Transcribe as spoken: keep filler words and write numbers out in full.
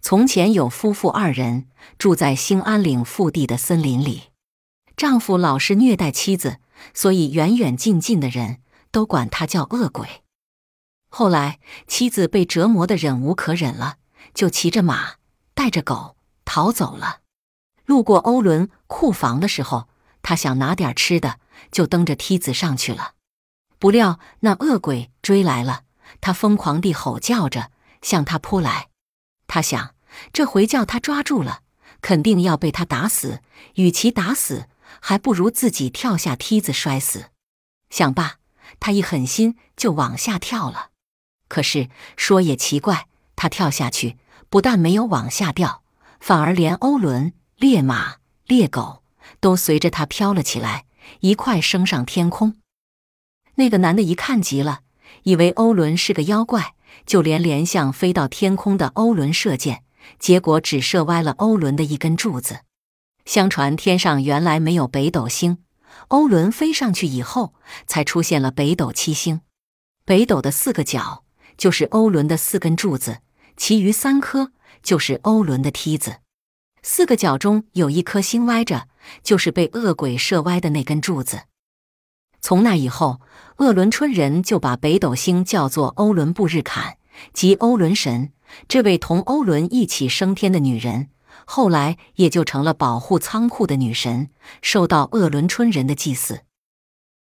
从前有夫妇二人住在兴安岭腹地的森林里，丈夫老是虐待妻子，所以远远近近的人都管他叫恶鬼。后来妻子被折磨得忍无可忍了，就骑着马带着狗逃走了。路过欧伦库房的时候，他想拿点吃的，就蹬着梯子上去了。不料那恶鬼追来了，他疯狂地吼叫着向他扑来。他想，这回叫他抓住了，肯定要被他打死，与其打死，还不如自己跳下梯子摔死。想罢，他一狠心就往下跳了。可是说也奇怪，他跳下去不但没有往下掉，反而连欧伦、烈马、猎狗都随着他飘了起来，一块升上天空。那个男的一看急了，以为欧伦是个妖怪，就连连向飞到天空的欧伦射箭，结果只射歪了欧伦的一根柱子。相传天上原来没有北斗星，欧伦飞上去以后，才出现了北斗七星。北斗的四个角就是欧伦的四根柱子，其余三颗就是欧伦的梯子。四个角中有一颗星歪着，就是被恶鬼射歪的那根柱子。从那以后，鄂伦春人就把北斗星叫做欧伦布日坎，即欧伦神。这位同欧伦一起升天的女人，后来也就成了保护仓库的女神，受到鄂伦春人的祭祀。